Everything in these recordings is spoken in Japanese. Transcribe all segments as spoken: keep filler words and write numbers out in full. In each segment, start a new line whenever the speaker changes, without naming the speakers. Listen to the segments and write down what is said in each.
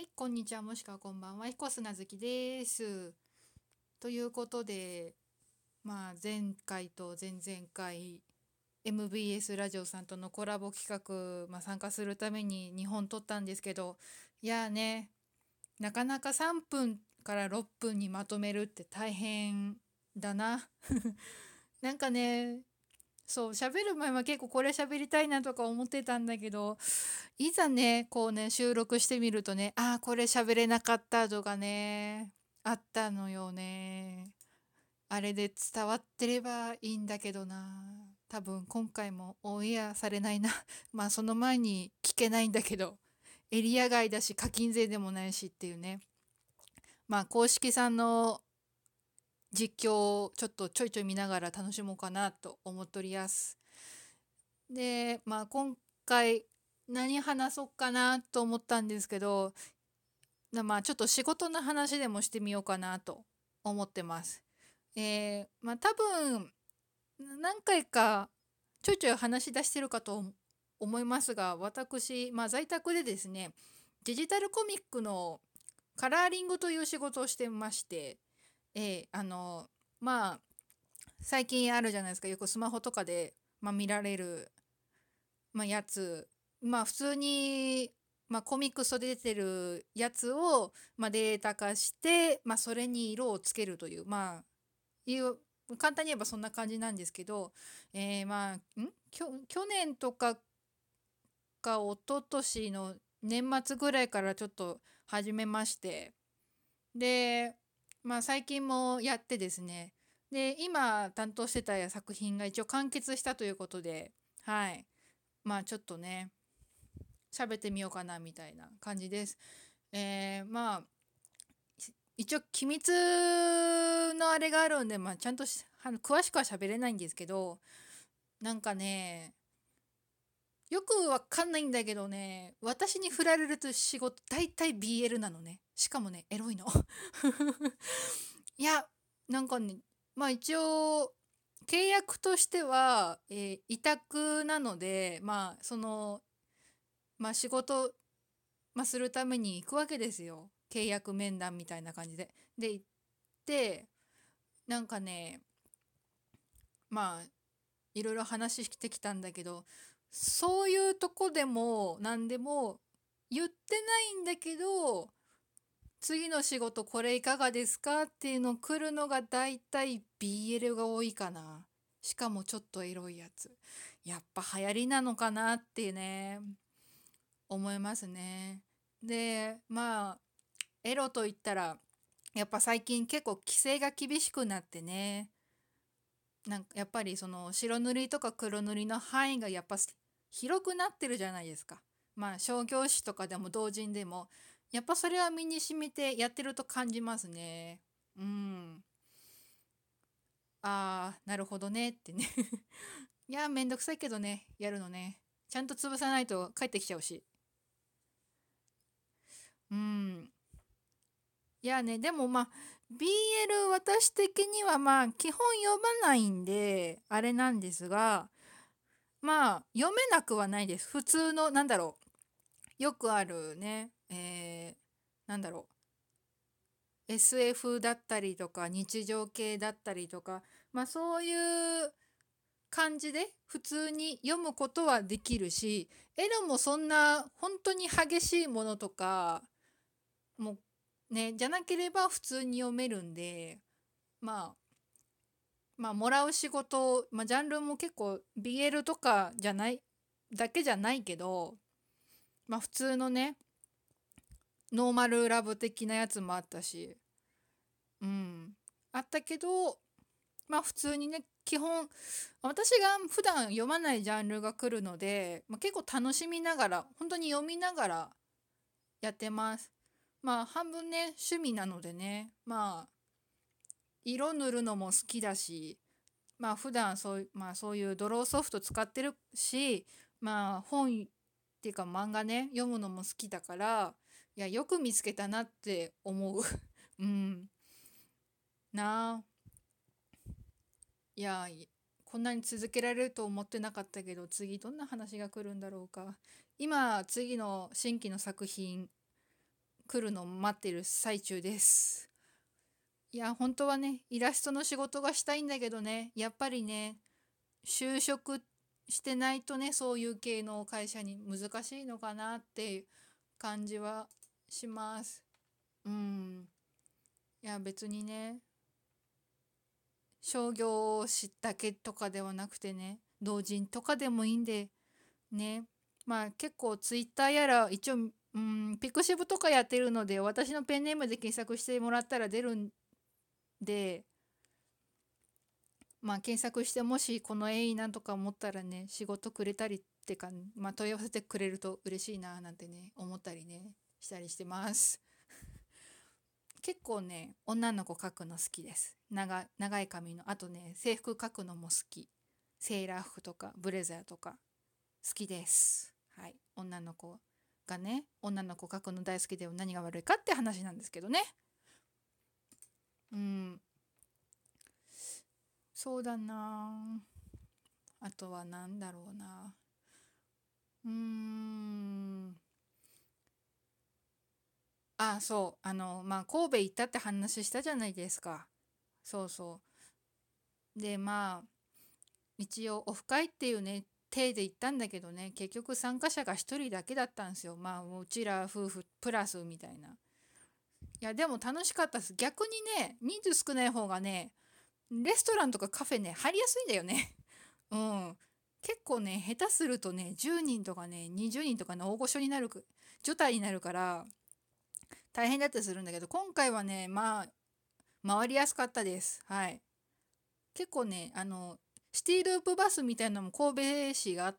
い、こんにちは、もしくはこんばんは、彦砂月です。ということで、まあ、前回と前々回、エムビーエス ラジオさんとのコラボ企画、まあ、参加するためににほん撮ったんですけど、いやーね、なかなかさんぷんからろっぷんにまとめるって大変だな。なんかね、そう、喋る前は結構これ喋りたいなとか思ってたんだけど、いざね、こうね、収録してみるとね、ああ、これ喋れなかったとかね、あったのよね。あれで伝わってればいいんだけどな。多分今回もオンエアされないな。まあその前に聞けないんだけど、エリア外だし課金税でもないしっていうね。まあ公式さんの実況をちょっとちょいちょい見ながら楽しもうかなと思っておりやす。で、まあ今回何話そうかなと思ったんですけど、なまあちょっと仕事の話でもしてみようかなと思ってます。えー、まあ多分何回かちょいちょい話し出してるかと思いますが、私、まあ、在宅でですね、デジタルコミックのカラーリングという仕事をしてまして、えーあのまあ最近あるじゃないですか、よくスマホとかで、まあ、見られる、まあ、やつ、まあ普通に、まあ、コミックスで出てるやつを、まあ、データ化して、まあ、それに色をつけるという、まあ、いう簡単に言えばそんな感じなんですけど、えー、まあんきょ去年とかか一昨年の年末ぐらいからちょっと始めまして、でまあ最近もやってですね、で今担当してた作品が一応完結したということで、はい、まあちょっとね喋ってみようかなみたいな感じです。えー、まあ一応機密のあれがあるんで、まあ、ちゃんとしあの詳しくは喋れないんですけど、なんかね、よくわかんないんだけどね、私に振られると仕事大体 ビーエル なのね。しかもねエロいの。いや、なんかね、まあ一応契約としては、えー委託なので、まあそのまあ仕事、まあ、するために行くわけですよ、契約面談みたいな感じで。で行って、なんかね、まあいろいろ話してきたんだけど、そういうとこでも何でも言ってないんだけど、次の仕事これいかがですかっていうの来るのがだいたい ビーエル が多いかな。しかもちょっとエロいやつ。やっぱ流行りなのかなってね、思いますね。で、まあエロといったらやっぱ最近結構規制が厳しくなってね、なんかやっぱりその白塗りとか黒塗りの範囲がやっぱ広くなってるじゃないですか。まあ商業誌とかでも同人でもやっぱそれは身に染みてやってると感じますね。うん。ああ、なるほどねってね。いや、めんどくさいけどね、やるのね。ちゃんと潰さないと帰ってきちゃうし。うん。いやね、でもまあ、ビーエル 私的にはまあ、基本読まないんで、あれなんですが、まあ、読めなくはないです。普通の、なんだろう。よくあるね、えー、なんだろう。エスエフ だったりとか、日常系だったりとか、まあそういう感じで普通に読むことはできるし、エロもそんな本当に激しいものとか、もうね、じゃなければ普通に読めるんで、まあ、まあ、もらう仕事、まあ、ジャンルも結構 ビーエル とかじゃない、だけじゃないけど、まあ普通のね、ノーマルラブ的なやつもあったし、うん、あったけど、まあ普通にね、基本、私が普段読まないジャンルが来るので、まあ、結構楽しみながら、本当に読みながらやってます。まあ半分ね、趣味なのでね、まあ色塗るのも好きだし、まあ普段そう、まあ、そういうドローソフト使ってるし、まあ本っていうか漫画ね読むのも好きだから、いやよく見つけたなって思う。うんなあ。いやこんなに続けられると思ってなかったけど、次どんな話が来るんだろうか。今次の新規の作品来るのを待ってる最中です。いや本当はねイラストの仕事がしたいんだけどね、やっぱりね就職してないとねそういう系の会社に難しいのかなっていう感じはします。うん。いや別にね商業誌だけとかではなくてね同人とかでもいいんでね、まあ結構ツイッターやら一応、うん、ピクシブとかやってるので私のペンネームで検索してもらったら出るんで、まあ検索してもしこの絵いいなとか思ったらね仕事くれたりってか、まあ、問い合わせてくれると嬉しいななんてね思ったりねしたりしてます。結構ね女の子描くの好きです。長長い髪のあとね制服描くのも好き。セーラー服とかブレザーとか好きです。はい、女の子がね女の子描くの大好きで何が悪いかって話なんですけどね。うん、そうだな。あとは何だろうな。うーん。あ、そうあのまあ神戸行ったって話したじゃないですか。そうそう。でまあ一応オフ会っていうね体で行ったんだけどね結局参加者が一人だけだったんですよ。まあうちら夫婦プラスみたいな。いやでも楽しかったです。逆にね人数少ない方がねレストランとかカフェね入りやすいんだよね。うん。結構ね下手するとねじゅうにんとかねにじゅうにんとかの大御所になるく除隊になるから大変だったりするんだけど今回はねまあ回りやすかったです。はい。結構ねあのシティループバスみたいなのも神戸市があって、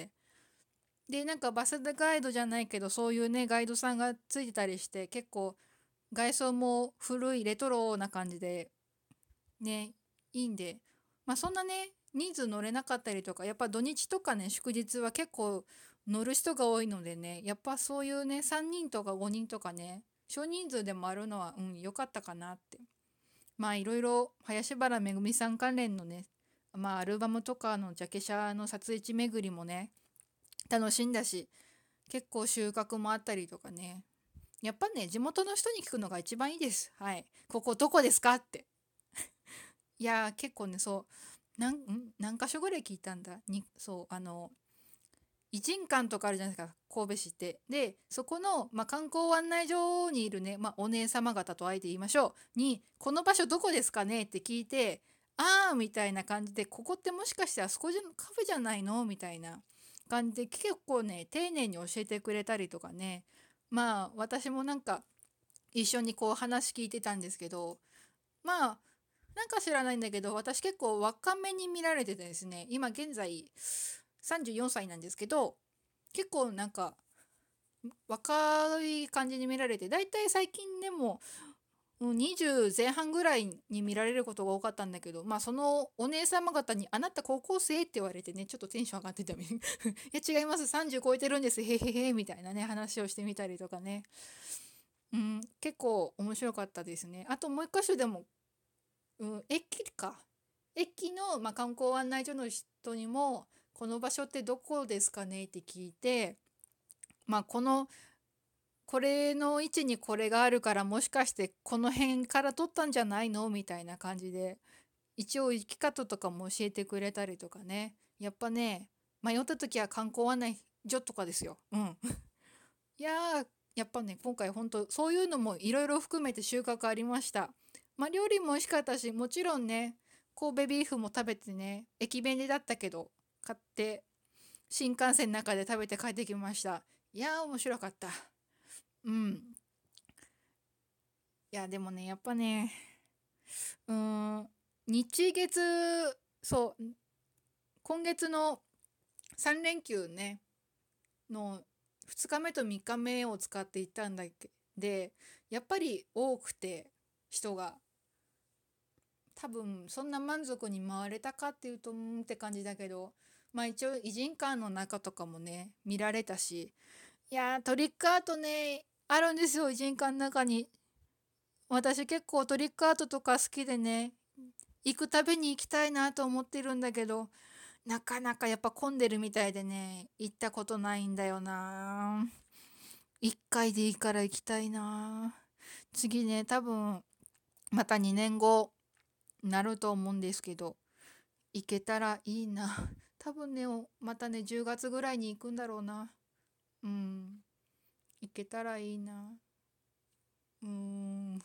でなんかバスガイドじゃないけどそういうねガイドさんがついてたりして結構外装も古いレトロな感じでねいいんで、まあそんなね人数乗れなかったりとかやっぱ土日とかね祝日は結構乗る人が多いのでねやっぱそういうねさんにんとかごにんとかね少人数でもあるのはうん良かったかなって。まあいろいろ林原めぐみさん関連のねまあアルバムとかのジャケ写の撮影地巡りもね楽しんだし結構収穫もあったりとかね、やっぱね地元の人に聞くのが一番いいです。はい、ここどこですかって。いやー結構ねそうなんん何箇所ぐらい聞いたんだに。そうあの異人館とかあるじゃないですか神戸市って。でそこの、まあ、観光案内所にいるね、まあ、お姉様方とあえて言いましょうに「この場所どこですかね?」って聞いて「ああ」みたいな感じで「ここってもしかしてあそこじゃカフェじゃないの?」みたいな感じで結構ね丁寧に教えてくれたりとかね。まあ私もなんか一緒にこう話聞いてたんですけど、まあなんか知らないんだけど私結構若めに見られててですね今現在さんじゅうよんさいなんですけど結構なんか若い感じに見られてだいたい最近でもうんにじゅう前半ぐらいに見られることが多かったんだけど、まあそのお姉様方に「あなた高校生?」って言われてねちょっとテンション上がってたみたいいや違いますさんじゅう超えてるんですへへへみたいなね話をしてみたりとかね、うん、結構面白かったですね。あともう一箇所でも、うん、駅か駅の、まあ、観光案内所の人にも「この場所ってどこですかね?」って聞いて、まあこのこれの位置にこれがあるからもしかしてこの辺から取ったんじゃないのみたいな感じで一応行き方とかも教えてくれたりとかね。やっぱね迷った時は観光案内所とかですよ。うんいやーやっぱね今回ほんとそういうのもいろいろ含めて収穫ありました。まあ料理も美味しかったしもちろんね神戸ビーフも食べてね駅弁でだったけど買って新幹線の中で食べて帰ってきました。いやー面白かった。うん。いやでもねやっぱねうーん日月そう今月のさん連休ねのふつかめとみっかめを使って行ったんだけでやっぱり多くて人が多分そんな満足に回れたかっていうとうんって感じだけど、まあ一応偉人館の中とかもね見られたし、いやートリックアートねあるんですよ偉人館の中に。私結構トリックアートとか好きでね行くたびに行きたいなと思ってるんだけどなかなかやっぱ混んでるみたいでね行ったことないんだよな。 いっかいでいいから行きたいな。次ね、多分またにねんごなると思うんですけど、行けたらいいな。多分ね、またね、じゅうがつぐらいに行くんだろうな。うん。行けたらいいな。うーん。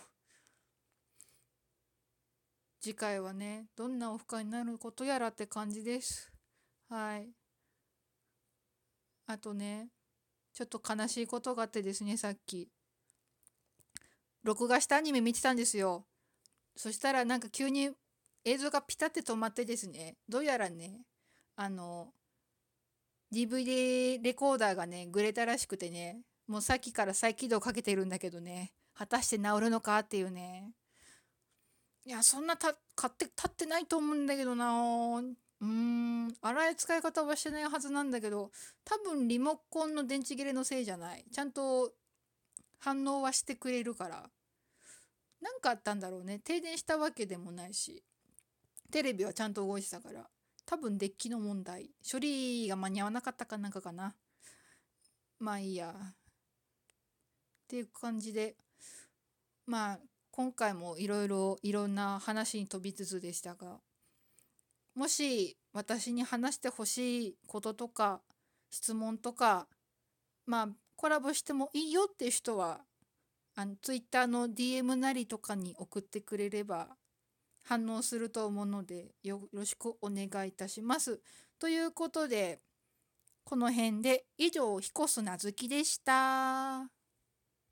次回はね、どんなオフ会になることやらって感じです。はい。あとね、ちょっと悲しいことがあってですね、さっき。録画したアニメ見てたんですよ。そしたらなんか急に映像がピタって止まってですね、どうやらね、あの、ディーブイディー レコーダーがね、グレたらしくてね、もうさっきから再起動かけてるんだけどね、果たして治るのかっていうね。いや、そんなた買って立ってないと思うんだけどな。うーん、荒い使い方はしてないはずなんだけど、多分リモコンの電池切れのせいじゃない。ちゃんと反応はしてくれるから。なんかあったんだろうね。停電したわけでもないし、テレビはちゃんと動いてたから、多分デッキの問題。処理が間に合わなかったかなんかかな。まあいいや。っていう感じで、まあ今回もいろいろいろんな話に飛びつつでしたが、もし私に話してほしいこととか質問とか、まあコラボしてもいいよっていう人は、あのツイッターの ディーエム なりとかに送ってくれれば反応すると思うので、よろしくお願いいたします。ということで、この辺で以上、彦砂月でした。